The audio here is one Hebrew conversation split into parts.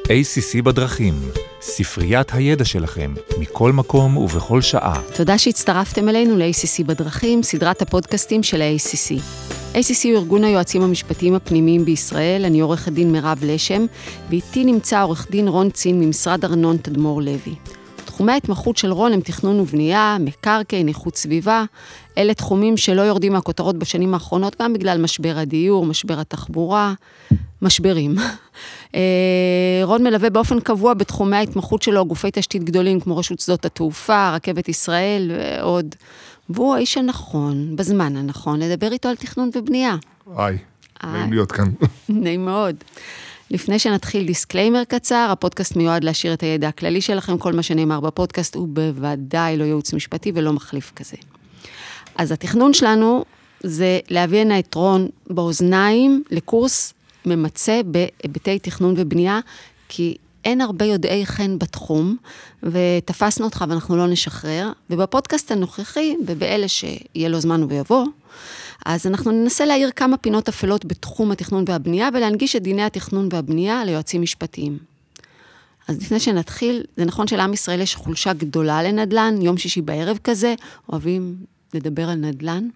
ACC בדרכים, ספריית הידע שלכם, מכל מקום ובכל שעה. תודה שהצטרפתם אלינו ל-ACC בדרכים, סדרת הפודקאסטים של ה-ACC. ACC הוא ארגון היועצים המשפטיים הפנימיים בישראל, אני עורכת דין מירב לשם, ואיתי נמצא עורך דין רון צין ממשרד ארנון תדמור לוי. תחומי ההתמחות של רון הם תכנון ובנייה, מקרקעין, איכות סביבה, אלה תחומים שלא יורדים מהכותרות בשנים האחרונות, גם בגלל משבר הדיור, משבר התחבורה, משברים. רון מלווה באופן קבוע בתחומי ההתמחות שלו, גופי תשתית גדולים כמו רשות שדות התעופה, רכבת ישראל ועוד. והוא האיש הנכון, בזמן הנכון, לדבר איתו על תכנון ובנייה. היי, נעים להיות כאן. נעים מאוד. לפני שנתחיל דיסקליימר קצר, הפודקאסט מיועד להשאיר את הידע הכללי שלכם, כל מה שנאמר בפודקאסט הוא בוודאי לא ייעוץ משפטי ולא מחליף כזה. אז התכנון שלנו זה להביא הנה את רון באוזניים לקורס ממצא בהיבטי תכנון ובנייה, כי אין הרבה יודעי חן בתחום, ותפסנו אותך ואנחנו לא נשחרר, ובפודקאסט הנוכחי, ובאלה שיהיה לו זמן ויבוא, אז אנחנו ננסה להעיר כמה פינות אפלות בתחום התכנון והבנייה, ולהנגיש את דיני התכנון והבנייה ליועצים משפטיים. אז לפני שנתחיל, זה נכון שלעם ישראל יש חולשה גדולה לנדל"ן, יום שישי בערב כזה, אוהבים לדבר על נדל"ן?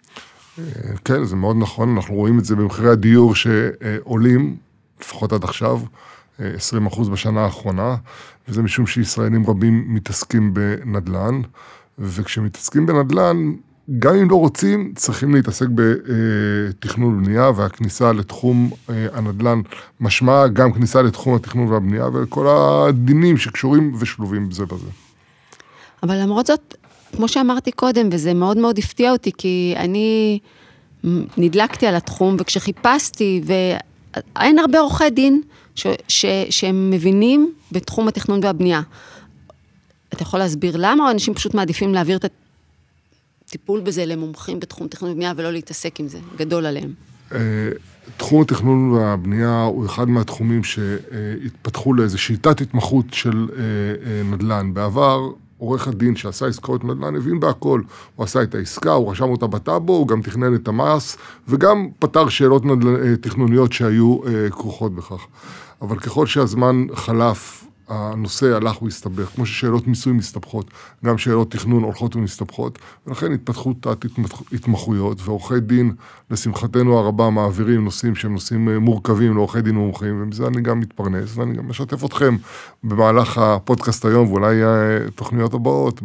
כן, זה מאוד נכון, אנחנו רואים את זה במחירי הדיור שעולים, לפחות עד עכשיו, 20% בשנה האחרונה, וזה משום שישראלים רבים מתעסקים בנדל"ן, וכשמתעסקים בנדל"ן, גם אם לא רוצים, צריכים להתעסק בתכנון ובנייה, והכניסה לתחום הנדל"ן משמע גם כניסה לתחום התכנון והבנייה, וכל הדינים שקשורים ושלובים בזה בזה. אבל למרות זאת, כמו שאמרתי קודם, וזה מאוד מאוד הפתיע אותי, כי אני נדלקתי על התחום, וכשחיפשתי, ואין הרבה עורכי דין שהם מבינים בתחום התכנון והבנייה. אתה יכול להסביר למה, או אנשים פשוט מעדיפים להעביר את הטיפול בזה למומחים בתחום תכנון ובנייה, ולא להתעסק עם זה, גדול עליהם? תחום התכנון והבנייה הוא אחד מהתחומים שהתפתחו לאיזו שיטת התמחות של נדל"ן. בעבר, עורך הדין שעשה עסקאות נדל"ן הבין בהכל. הוא עשה את העסקה, הוא רשם אותה בטאבו, הוא גם תכנן את המס, וגם פתר שאלות תכנוניות שהיו כרוכות בכך. אבל ככל שהזמן חלף, הנושא הלך והסתבך, כמו ששאלות מיסוי מסתבכות, גם שאלות תכנון הולכות ומסתבכות, ולכן התפתחו התמחויות, ועורכי דין, לשמחתנו הרבה, מעבירים נושאים שהם נושאים מורכבים לעורכי דין מומחים, ומזה אני גם מתפרנס, ואני גם משתף אתכם במהלך הפודקאסט היום, ואולי תוכניות הבאות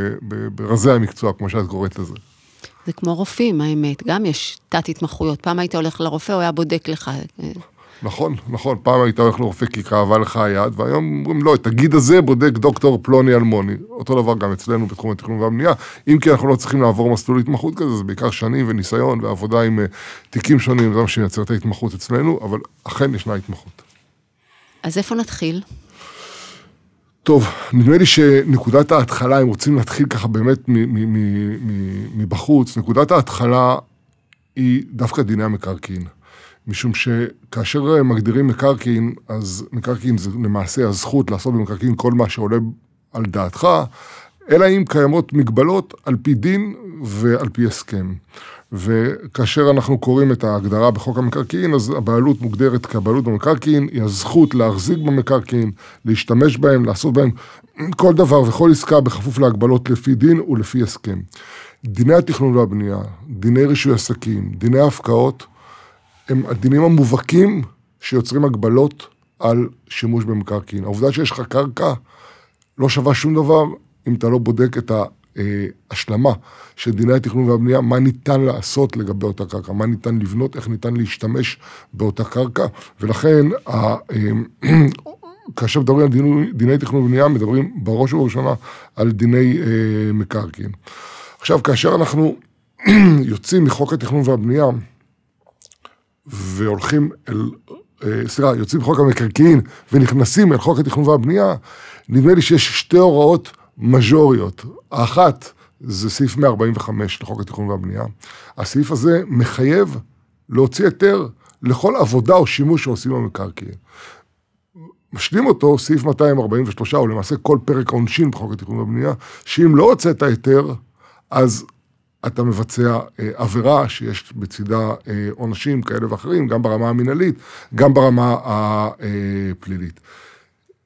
ברזי המקצוע, כמו שאת קוראת לזה. זה כמו רופאים, האמת, גם יש תת התמחויות, פעם היית הולך לרופא, הוא היה בודק לך. נכון, נכון, פעם היית הולך לרופא כי כאבה לך היד, והיום אומרים, לא, את הגיד הזה בודק דוקטור פלוני אלמוני. אותו דבר גם אצלנו בתחום התכנון והבנייה, אם כי אנחנו לא צריכים לעבור מסלול התמחות כזה, זה בעיקר שנים וניסיון ועבודה עם תיקים שונים, זה מה שיוצר את ההתמחות אצלנו, אבל אכן ישנה התמחות. אז איפה נתחיל? טוב, נדמה לי שנקודת ההתחלה, אם רוצים להתחיל ככה באמת מבחוץ, נקודת ההתחלה היא דווקא דיני המקרקעין. משום שכאשר מגדירים מקרקעין, אז מקרקעין זה למעשה הזכות לעשות במקרקעין כל מה שעולה על דעתך, אלא אם קיימות מגבלות על פי דין ועל פי הסכם. וכאשר אנחנו קוראים את ההגדרה בחוק המקרקעין, אז הבעלות מוגדרת כבעלות במקרקעין, היא הזכות להחזיק במקרקעין, להשתמש בהם, לעשות בהם כל דבר וכל עסקה בכפוף להגבלות לפי דין ולפי הסכם. דיני התכנון והבנייה, דיני רישוי עסקים, דיני ההפקעות, הם הדינים המובהקים שיוצרים הגבלות על שימוש במקרקעין. העובדה שיש לך קרקע לא שווה שום דבר אם אתה לא בודק את ההשלמה של דיני התכנון והבנייה, מה ניתן לעשות לגבי אותה קרקע, מה ניתן לבנות, איך ניתן להשתמש באותה קרקע, ולכן כאשר מדברים על דיני תכנון ובנייה, מדברים בראש ובראשונה על דיני מקרקעין. עכשיו, כאשר אנחנו יוצאים מחוק התכנון והבנייה, והולכים יוצאים מחוק המקרקעין ונכנסים אל חוק התכנון והבנייה, נדמה לי שיש שתי הוראות מז'וריות. האחת זה סעיף 145 לחוק התכנון והבנייה. הסעיף הזה מחייב להוציא היתר לכל עבודה או שימוש שעושים במקרקעין. משלים אותו סעיף 243, או למעשה כל פרק העונשין בחוק התכנון והבנייה, שאם לא הוצאת היתר, אז אתה מבצע עבירה שיש בצדה עונשים כאלה ואחרים, גם ברמה המנהלית, גם ברמה הפלילית.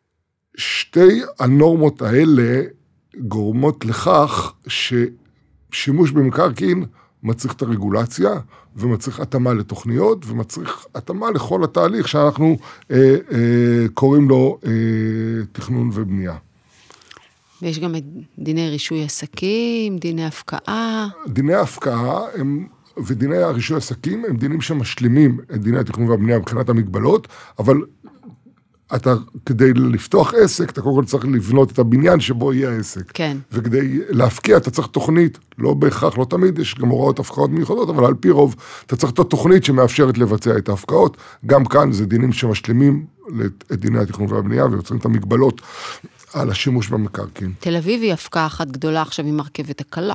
שתי הנורמות האלה גורמות לכך ששימוש במקרקעין מצריך את הרגולציה, ומצריך התאמה לתוכניות, ומצריך התאמה לכל התהליך שאנחנו קוראים לו תכנון ובנייה. ויש גם את דיני רישוי עסקים, דיני הפקעה. דיני ההפקעה ודיני הרישוי עסקים הם דינים שמשלימים את דיני התכנון והבנייה מבחינת המגבלות, אבל כדי לפתוח עסק, אתה קודם כל צריך לבנות את הבניין שבו יהיה העסק. כן. וכדי להפקיע, אתה צריך תוכנית, לא בהכרח, לא תמיד, יש גם הוראות הפקעות מיוחדות, אבל על פי רוב, אתה צריך את התוכנית שמאפשרת לבצע את ההפקעות. גם כאן זה דינים שמשלימים את דיני התכנון והבנייה, ויוצרים את המגבלות על השימוש במקרקעין. תל אביב היא הפקעה אחת גדולה עכשיו עם הרכבת הקלה.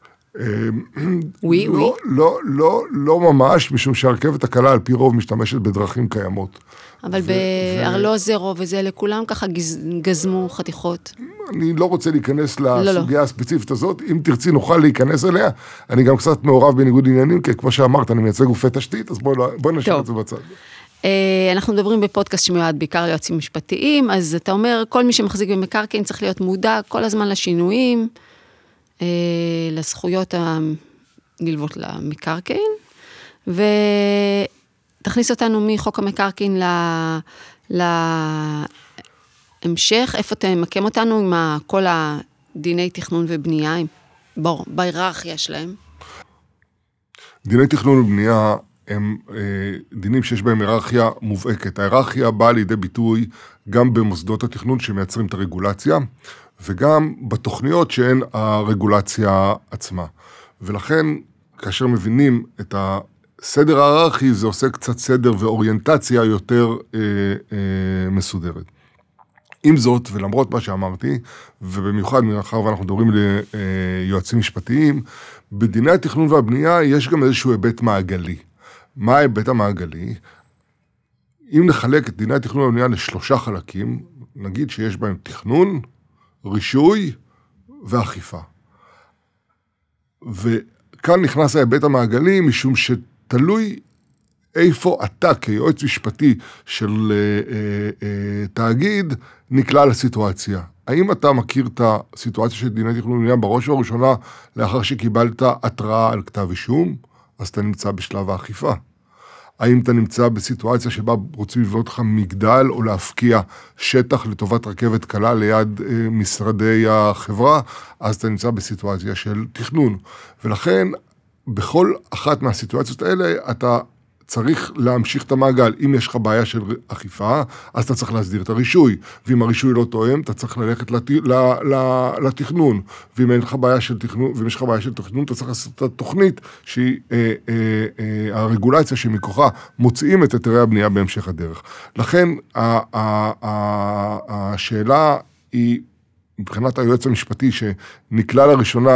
לא ממש, משום שהרכבת הקלה על פי רוב משתמשת בדרכים קיימות. אבל בארלוזרוב וזה לכולם ככה גזמו חתיכות. אני לא רוצה להיכנס לסוגיה הספציפית הזאת, אם תרצי נוכל להיכנס אליה, אני גם קצת מעורב בניגוד עניינים, כי כמו שאמרת, אני מייצג גופי תשתית, אז בואי נשאיר את זה בצד. אנחנו מדברים בפודקאסט שמיועד בעיקר ליועצים משפטיים, אז אתה אומר, כל מי שמחזיק במקרקעין צריך להיות מודע כל הזמן לשינויים, לזכויות הנלוות למקרקעין, ותכניס אותנו מחוק המקרקעין להמשך, איפה תמקם אותנו עם כל הדיני תכנון ובנייה, בהיררכיה שלהם. דיני תכנון ובנייה הם דינים שיש בהם היררכיה מובהקת. ההיררכיה באה לידי ביטוי גם במוסדות התכנון שמייצרים את הרגולציה, וגם בתוכניות שהן הרגולציה עצמה. ולכן, כאשר מבינים את הסדר ההיררכי, זה עושה קצת סדר ואוריינטציה יותר מסודרת. עם זאת, ולמרות מה שאמרתי, ובמיוחד מאחר ואנחנו מדברים ליועצים משפטיים, בדיני התכנון והבנייה יש גם איזשהו היבט מעגלי. מה ההיבט המעגלי? אם נחלק את דיני התכנון והבנייה לשלושה חלקים, נגיד שיש בהם תכנון, רישוי ואכיפה. וכאן נכנס ההיבט המעגלי, משום שתלוי איפה אתה כיועץ משפטי של תאגיד נקלע לסיטואציה. האם אתה מכיר את הסיטואציה של דיני תכנון ובנייה בראש ובראשונה לאחר שקיבלת התראה על כתב אישום? אז אתה נמצא בשלב האכיפה. האם אתה נמצא בסיטואציה שבה רוצים לבנות לך מגדל או להפקיע שטח לטובת רכבת קלה ליד משרדי החברה, אז אתה נמצא בסיטואציה של תכנון. ולכן, בכל אחת מהסיטואציות האלה, אתה צריך להמשיך את המעגל. אם יש לך בעיה של אכיפה, אז אתה צריך להסדיר את הרישוי. ואם הרישוי לא תואם, אתה צריך ללכת לתכנון. ואם אין לך בעיה של תכנון, ואם יש לך בעיה של תכנון, אתה צריך לעשות את התוכנית שהיא הרגולציה שמכוחה מוציאים את היתרי הבנייה בהמשך הדרך. לכן, השאלה היא, מבחינת היועץ המשפטי שנקלע לראשונה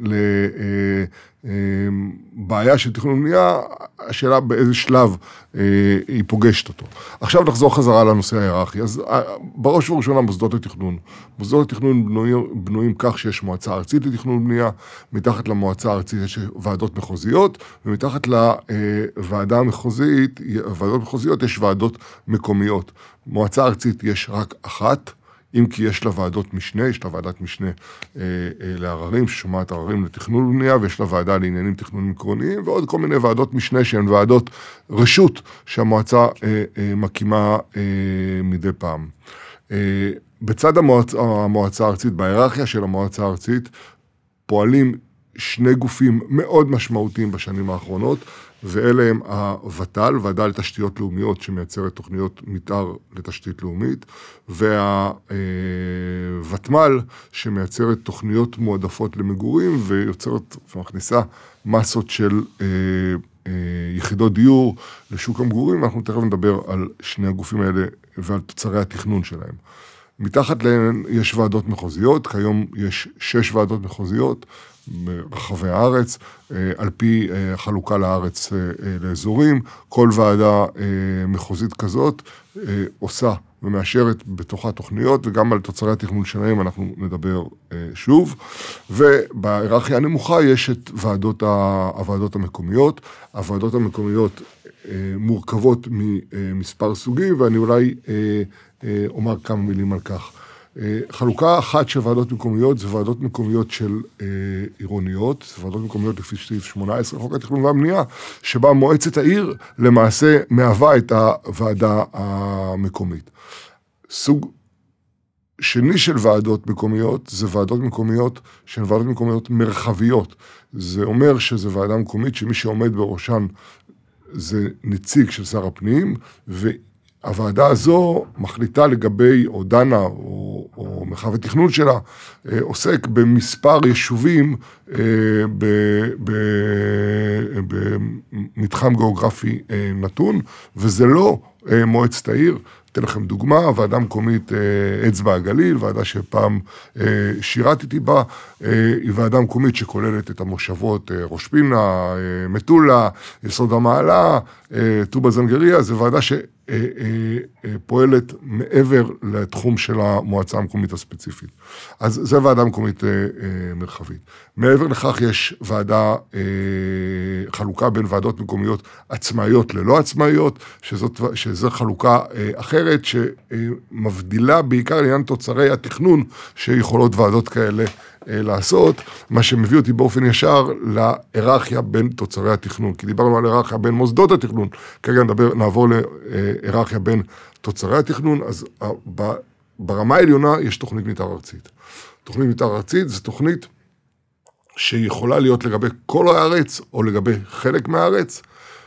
בעיה של תכנון ובנייה, השאלה באיזה שלב היא פוגשת אותו. עכשיו נחזור חזרה לנושא ההיררכי. אז בראש ובראשונה מוסדות התכנון. מוסדות התכנון בנויים כך שיש מועצה ארצית לתכנון ובנייה, מתחת למועצה הארצית יש ועדות מחוזיות, ומתחת לוועדה המחוזית, ועדות מחוזיות יש ועדות מקומיות. מועצה ארצית יש רק אחת, אם כי יש לה ועדות משנה, יש לה ועדת משנה לעררים, ששומעת עררים לתכנון ובנייה, ויש לה ועדה לעניינים תכנונים עקרוניים, ועוד כל מיני ועדות משנה שהן ועדות רשות שהמועצה מקימה מדי פעם. בצד המועצה הארצית, בהיררכיה של המועצה הארצית, פועלים שני גופים מאוד משמעותיים בשנים האחרונות, ואלה הם הוות"ל, ועדה לתשתיות לאומיות שמייצרת תוכניות מתאר לתשתית לאומית, והוותמ"ל שמייצרת תוכניות מועדפות למגורים, ויוצרת ומכניסה מסות של יחידות דיור לשוק המגורים, ואנחנו תכף נדבר על שני הגופים האלה ועל תוצרי התכנון שלהם. מתחת להן יש ועדות מחוזיות, כיום יש 6 ועדות מחוזיות ברחבי הארץ, על פי חלוקה לארץ לאזורים. כל ועדה מחוזית כזאת עושה ומאשרת בתוכה תוכניות, וגם על תוצרי התכנון שלהם אנחנו נדבר שוב. ובהיררכיה הנמוכה יש את הוועדות המקומיות. הוועדות המקומיות מורכבות ממספר סוגים, ואני אולי אומר כמה מילים על כך. חלוקה אחת של ועדות מקומיות, זה ועדות מקומיות של עירוניות, זה ועדות מקומיות לפי סעיף 18, חוק התכנון והבנייה, שבה מועצת העיר למעשה מהווה את הוועדה המקומית. סוג שני של ועדות מקומיות, זה ועדות מקומיות שהן ועדות מקומיות מרחביות. זה אומר שזה ועדה מקומית שמי שעומד בראשן זה נציג של שר הפנים, והוועדה הזו מחליטה לגבי, או דנה, או מרחב התכנון שלה, עוסק במספר יישובים במתחם גיאוגרפי נתון, וזה לא מועצת העיר. אתן לכם דוגמה, ועדה מקומית אצבע הגליל, ועדה שפעם שירתתי בה, היא ועדה מקומית שכוללת את המושבות ראש פינה, מטולה, יסוד המעלה, טובה זנגריה, זו ועדה שפועלת מעבר לתחום של המועצה המקומית הספציפית. אז זו ועדה מקומית מרחבית. מעבר לכך יש ועדה, חלוקה בין ועדות מקומיות עצמאיות ללא עצמאיות, שזו חלוקה אחרת שמבדילה בעיקר לעניין תוצרי התכנון שיכולות ועדות כאלה לעשות, מה שמביא אותי באופן ישר להיררכיה בין תוצרי התכנון, כי דיברנו על היררכיה בין מוסדות התכנון, כרגע נעבור להיררכיה בין תוצרי התכנון, אז ברמה העליונה יש תוכנית מתאר ארצית. תוכנית מתאר ארצית זו תוכנית שיכולה להיות לגבי כל הארץ, או לגבי חלק מהארץ,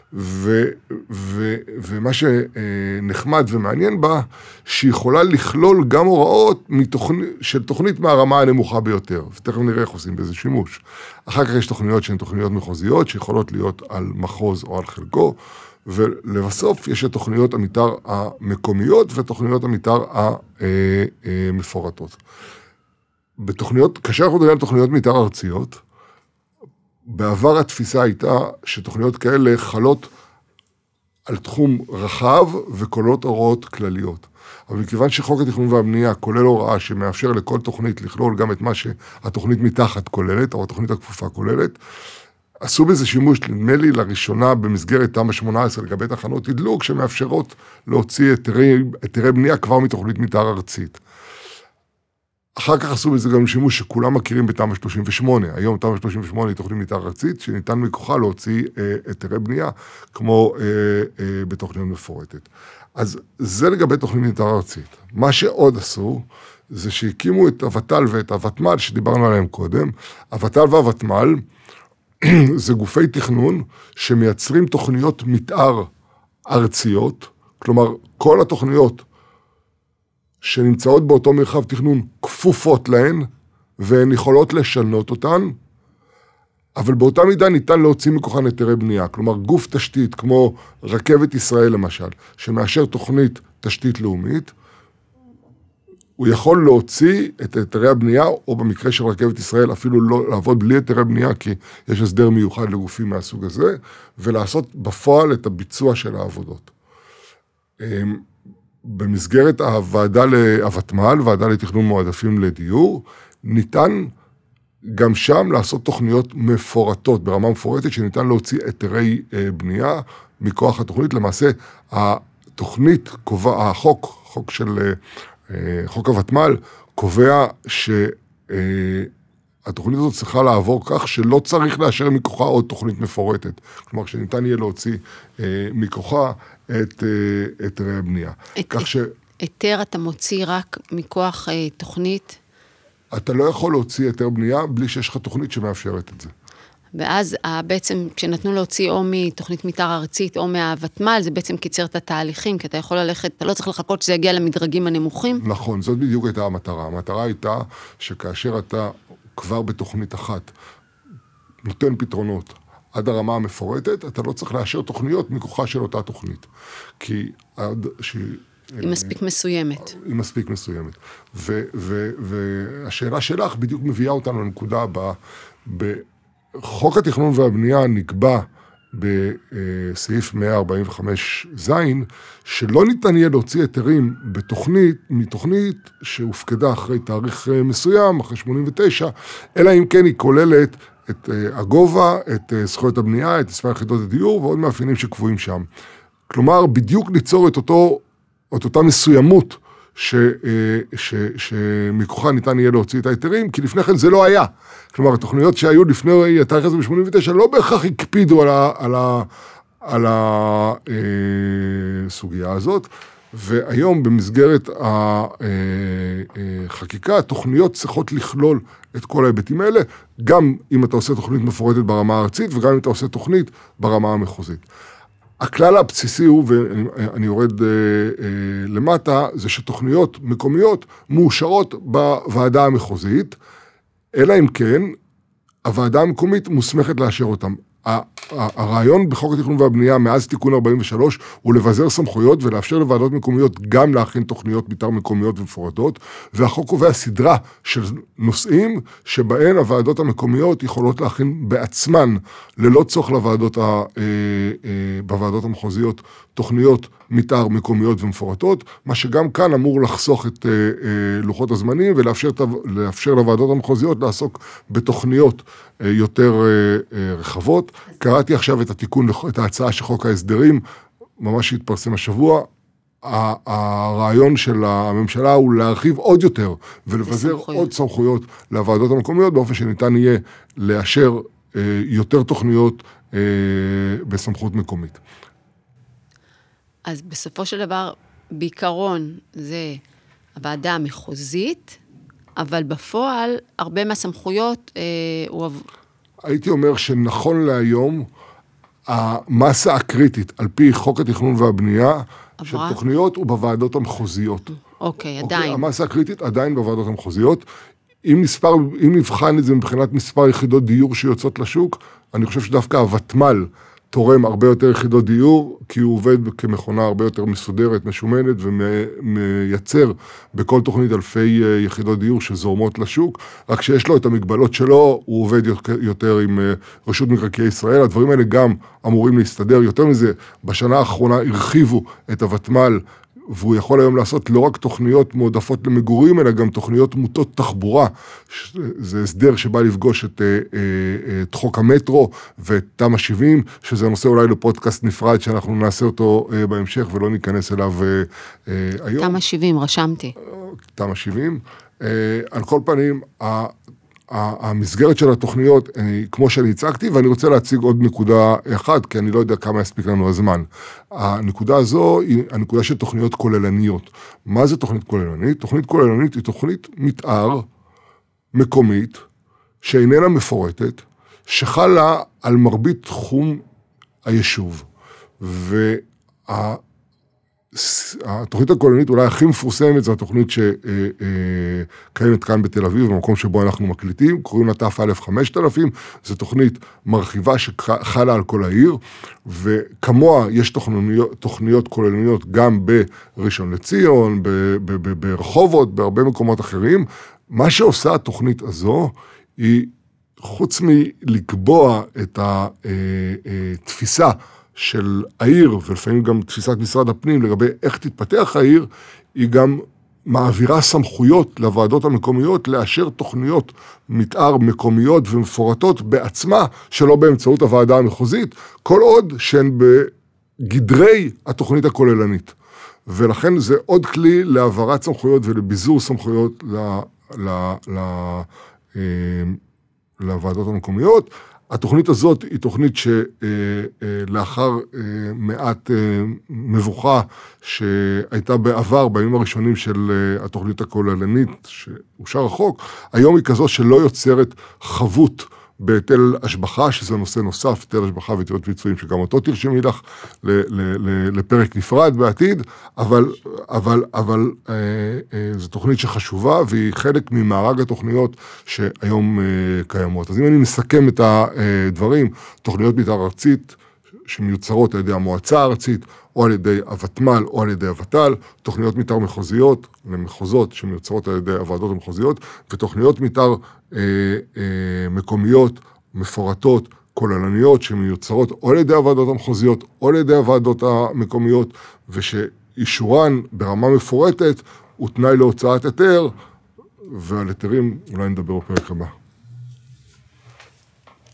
ומה שנחמד ומעניין בה, שיכולה לכלול גם הוראות של תוכנית מהרמה הנמוכה ביותר, ותכף נראה איך עושים בזה שימוש. אחר כך יש תוכניות שהן תוכניות מחוזיות, שיכולות להיות על מחוז או על חלקו, ולבסוף יש את תוכניות המתאר המקומיות, ותוכניות המתאר המפורטות. כאשר אנחנו מדברים על תוכניות מתאר ארציות, בעבר התפיסה הייתה שתוכניות כאלה חלות על תחום רחב וכוללות הוראות כלליות. אבל מכיוון שחוק התכנון והבנייה כולל הוראה שמאפשר לכל תוכנית לכלול גם את מה שהתוכנית מתחת כוללת, או התוכנית הכפופה כוללת, עשו בזה שימוש, נדמה לי, לראשונה במסגרת תמ"א 18 לגבי תחנות תדלוק, שמאפשרות להוציא היתרי בנייה כבר מתוכנית מתאר ארצית. אחר כך עשו בזה גם שימוש שכולם מכירים בתמ"א 38. היום תמ"א 38 היא תוכנית מתאר ארצית, שניתן מכוחה להוציא היתרי בנייה, כמו בתוכנית מפורטת. אז זה לגבי תוכנית מתאר ארצית. מה שעוד עשו, זה שהקימו את הוות"ל ואת הוותמ"ל, שדיברנו עליהם קודם. הוות"ל והוותמ"ל, זה גופי תכנון שמייצרים תוכניות מתאר ארציות, כלומר, כל התוכניות שנמצאות באותו מרחב תכנון כפופות להן, והן יכולות לשנות אותן, אבל באותה מידה ניתן להוציא מכוחן היתרי בנייה. כלומר, גוף תשתית כמו רכבת ישראל למשל, שמאשר תוכנית תשתית לאומית, הוא יכול להוציא את היתרי הבנייה, או במקרה של רכבת ישראל אפילו לא לעבוד בלי היתרי בנייה, כי יש הסדר מיוחד לגופים מהסוג הזה, ולעשות בפועל את הביצוע של העבודות. במסגרת הוועדה להוותמ"ל, ועדה לתכנון מועדפים לדיור, ניתן גם שם לעשות תוכניות מפורטות, ברמה מפורטת, שניתן להוציא היתרי בנייה מכוח התוכנית. למעשה, התוכנית קובע, חוק הוותמ"ל קובע שהתוכנית הזאת צריכה לעבור כך שלא צריך לאשר מכוחה עוד תוכנית מפורטת. כלומר, שניתן יהיה להוציא מכוחה את היתרי הבנייה. היתר אתה מוציא רק מכוח תוכנית? אתה לא יכול להוציא היתר בנייה בלי שיש לך תוכנית שמאפשרת את זה. ואז בעצם כשנתנו להוציא או מתוכנית מתאר ארצית או מהוותמ"ל, זה בעצם קיצר את התהליכים, כי אתה יכול ללכת, אתה לא צריך לחכות שזה יגיע למדרגים הנמוכים. נכון, זאת בדיוק הייתה המטרה. המטרה הייתה שכאשר אתה כבר בתוכנית אחת נותן פתרונות עד הרמה המפורטת, אתה לא צריך לאשר תוכניות מכוחה של אותה תוכנית. כי עד היא מספיק מסוימת. היא מספיק מסוימת. והשאלה שלך בדיוק מביאה אותנו לנקודה הבאה. בחוק התכנון והבנייה נקבע בסעיף 145 זין, שלא ניתן יהיה להוציא היתרים מתוכנית שהופקדה אחרי תאריך מסוים, אחרי 89, אלא אם כן היא כוללת את הגובה, את זכויות הבנייה, את מספר יחידות הדיור, ועוד מאפיינים שקבועים שם. כלומר, בדיוק ליצור את אותה מסוימות, שמכוחה ניתן יהיה להוציא את היתרים, כי לפני כן זה לא היה. כלומר, התוכניות שהיו לפני התאריך הזה ב-89, לא בהכרח הקפידו על הסוגיה הזאת, והיום במסגרת החקיקה, התוכניות צריכות לכלול את כל ההיבטים האלה, גם אם אתה עושה תוכנית מפורטת ברמה הארצית, וגם אם אתה עושה תוכנית ברמה המחוזית. הכלל הבסיסי הוא, ואני יורד למטה, זה שתוכניות מקומיות מאושרות בוועדה המחוזית, אלא אם כן, הוועדה המקומית מוסמכת לאשר אותם. הרעיון בחוק התכנון והבנייה מאז תיקון 43 הוא לבזר סמכויות ולאפשר לוועדות מקומיות גם להכין תוכניות מתאר מקומיות ומפורטות, והחוק קובע סדרה של נושאים שבהן הוועדות המקומיות יכולות להכין בעצמן ללא צורך בוועדות המחוזיות תוכניות מתאר מקומיות ומפורטות, מה שגם כאן אמור לחסוך את לוחות הזמנים ולאפשר לוועדות המחוזיות לעסוק בתוכניות יותר רחבות. קראתי עכשיו את ההצעה של חוק ההסדרים, ממש התפרסם השבוע. הרעיון של הממשלה הוא להרחיב עוד יותר ולבזר עוד סמכויות לוועדות המקומיות, באופן שניתן יהיה לאשר יותר תוכניות בסמכות מקומית. אז בסופו של דבר, בעיקרון זה הוועדה המחוזית, אבל בפועל הרבה מהסמכויות הייתי אומר שנכון להיום, המסה הקריטית על פי חוק התכנון והבנייה של תוכניות הוא בוועדות המחוזיות. אוקיי, עדיין. המסה הקריטית עדיין בוועדות המחוזיות. אם נבחן את זה מבחינת מספר יחידות דיור שיוצאות לשוק, אני חושב שדווקא הוותמ"ל תורם הרבה יותר יחידות דיור, כי הוא עובד כמכונה הרבה יותר מסודרת, משומנת, ומייצר בכל תוכנית אלפי יחידות דיור שזורמות לשוק, רק שיש לו את המגבלות שלו, הוא עובד יותר עם רשות מקרקעי ישראל, הדברים האלה גם אמורים להסתדר, יותר מזה, בשנה האחרונה הרחיבו את הוותמ"ל, והוא יכול היום לעשות לא רק תוכניות מועדפות למגורים, אלא גם תוכניות מוטות תחבורה. זה הסדר שבא לפגוש את חוק המטרו ואת תמ"א 70, שזה נושא אולי לפודקאסט נפרד, שאנחנו נעשה אותו בהמשך ולא ניכנס אליו היום. תמ"א 70, רשמתי. תמ"א 70. על כל פנים, המסגרת של התוכניות, כמו שאני הצגתי, ואני רוצה להציג עוד נקודה אחת, כי אני לא יודע כמה יספיק לנו הזמן. הנקודה הזו היא הנקודה של תוכניות כוללניות. מה זה תוכנית כוללנית? תוכנית כוללנית היא תוכנית מתאר מקומית, שאיננה מפורטת, שחלה על מרבית תחום היישוב. התוכנית הכוללנית אולי הכי מפורסמת, זו התוכנית שקיימת כאן בתל אביב, במקום שבו אנחנו מקליטים, קוראים לה ת"א 5000, זו תוכנית מרחיבה שחלה על כל העיר, וכמוה יש תוכניות כוללניות גם בראשון לציון, ברחובות, בהרבה מקומות אחרים. מה שעושה התוכנית הזו, היא חוץ מלקבוע את התפיסה, של העיר, ולפעמים גם תפיסת משרד הפנים לגבי איך תתפתח העיר, היא גם מעבירה סמכויות לוועדות המקומיות לאשר תוכניות מתאר מקומיות ומפורטות בעצמה, שלא באמצעות הוועדה המחוזית, כל עוד שהן בגדרי התוכנית הכוללנית. ולכן זה עוד כלי להעברת סמכויות ולביזור סמכויות לוועדות המקומיות. התוכנית הזאת היא תוכנית שלאחר מעט מבוכה שהייתה בעבר, בימים הראשונים של התוכנית הכוללנית שאושר החוק, היום היא כזו שלא יוצרת חבות בהיטל השבחה, שזה נושא נוסף, היטל השבחה והיטל פיצויים, שגם אותו תרשמי לך לפרק נפרד בעתיד, אבל זו תוכנית שחשובה, והיא חלק ממארג התוכניות שהיום קיימות. אז אם אני מסכם את הדברים, תוכניות מתאר ארצית, שמיוצרות על ידי המועצה הארצית, או על ידי הוותמ"ל, או על ידי הוות"ל, תוכניות מתאר מחוזיות, למחוזות שמיוצרות על ידי הוועדות המחוזיות, ותוכניות מתאר מקומיות, מפורטות, כוללניות, שמיוצרות או על ידי הוועדות המחוזיות, או על ידי הוועדות המקומיות, ושאישורן ברמה מפורטת, הוא תנאי להוצאת היתר, ועל היתרים אולי נדבר בפרק הבא.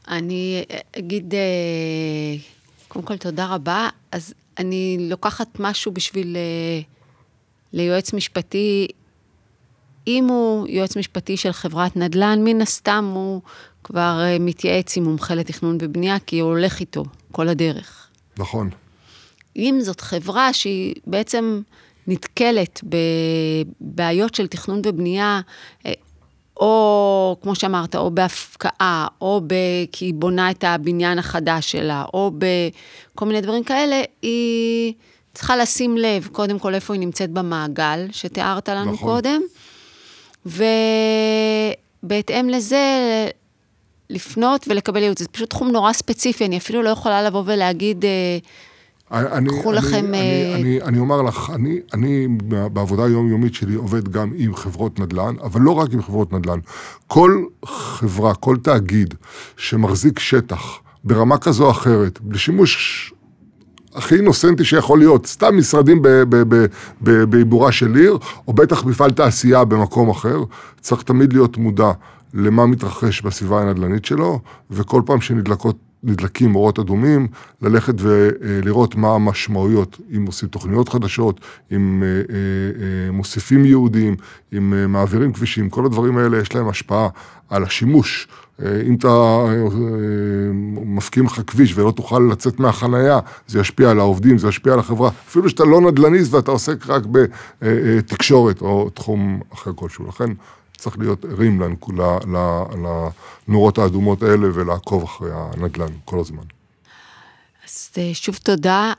אני אגיד, קודם כל תודה רבה, אז אני לוקחת משהו בשביל ליועץ משפטי, אם הוא יועץ משפטי של חברת נדל"ן, מן הסתם הוא כבר מתייעץ עם מומחה לתכנון ובנייה, כי הוא הולך איתו כל הדרך. נכון. אם זאת חברה שהיא בעצם נתקלת בבעיות של תכנון ובנייה, או כמו שאמרת, או בהפקעה, או כי היא בונה את הבניין החדש שלה, או בכל מיני דברים כאלה, היא צריכה לשים לב, קודם כל איפה היא נמצאת במעגל, שתיארת לנו נכון. קודם, ובהתאם לזה לפנות ולקבל ייעוץ. זה פשוט תחום נורא ספציפי, אני אפילו לא יכולה לבוא ולהגיד, קחו לכם... אני אומר לך, אני בעבודה היומיומית שלי עובד גם עם חברות נדל"ן, אבל לא רק עם חברות נדל"ן. כל חברה, כל תאגיד שמחזיק שטח ברמה כזו או אחרת, לשימוש הכי אינוסנטי שיכול להיות, סתם משרדים בעיבורה של עיר, או בטח מפעל תעשייה במקום אחר, צריך תמיד להיות מודע למה מתרחש בסביבה הנדל"נית שלו, וכל פעם שנדלקים אורות אדומים, ללכת ולראות מה המשמעויות, אם עושים תוכניות חדשות, אם מוסיפים יהודים, אם מעבירים כבישים, כל הדברים האלה יש להם השפעה על השימוש. אם אתה מפקים לך כביש ולא תוכל לצאת מהחנייה, זה ישפיע על העובדים, זה ישפיע על החברה. אפילו שאתה לא נדל"ניסט ואתה עוסק רק בתקשורת או תחום אחר כלשהו. לכן צריך להיות ערים לנורות האדומות האלה ולעקוב אחרי הנדל"ן כל הזמן. אז שוב תודה.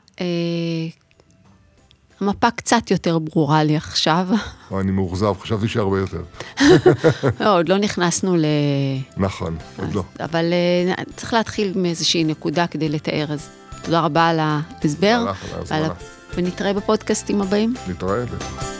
המפה קצת יותר ברורה לי עכשיו. אני מאוכזב, חשבתי שהרבה יותר. לא, עוד לא נכנסנו נכון, עוד לא. אבל צריך להתחיל מאיזושהי נקודה כדי לתאר, אז תודה רבה על ההסבר, ונתראה בפודקאסטים הבאים. נתראה.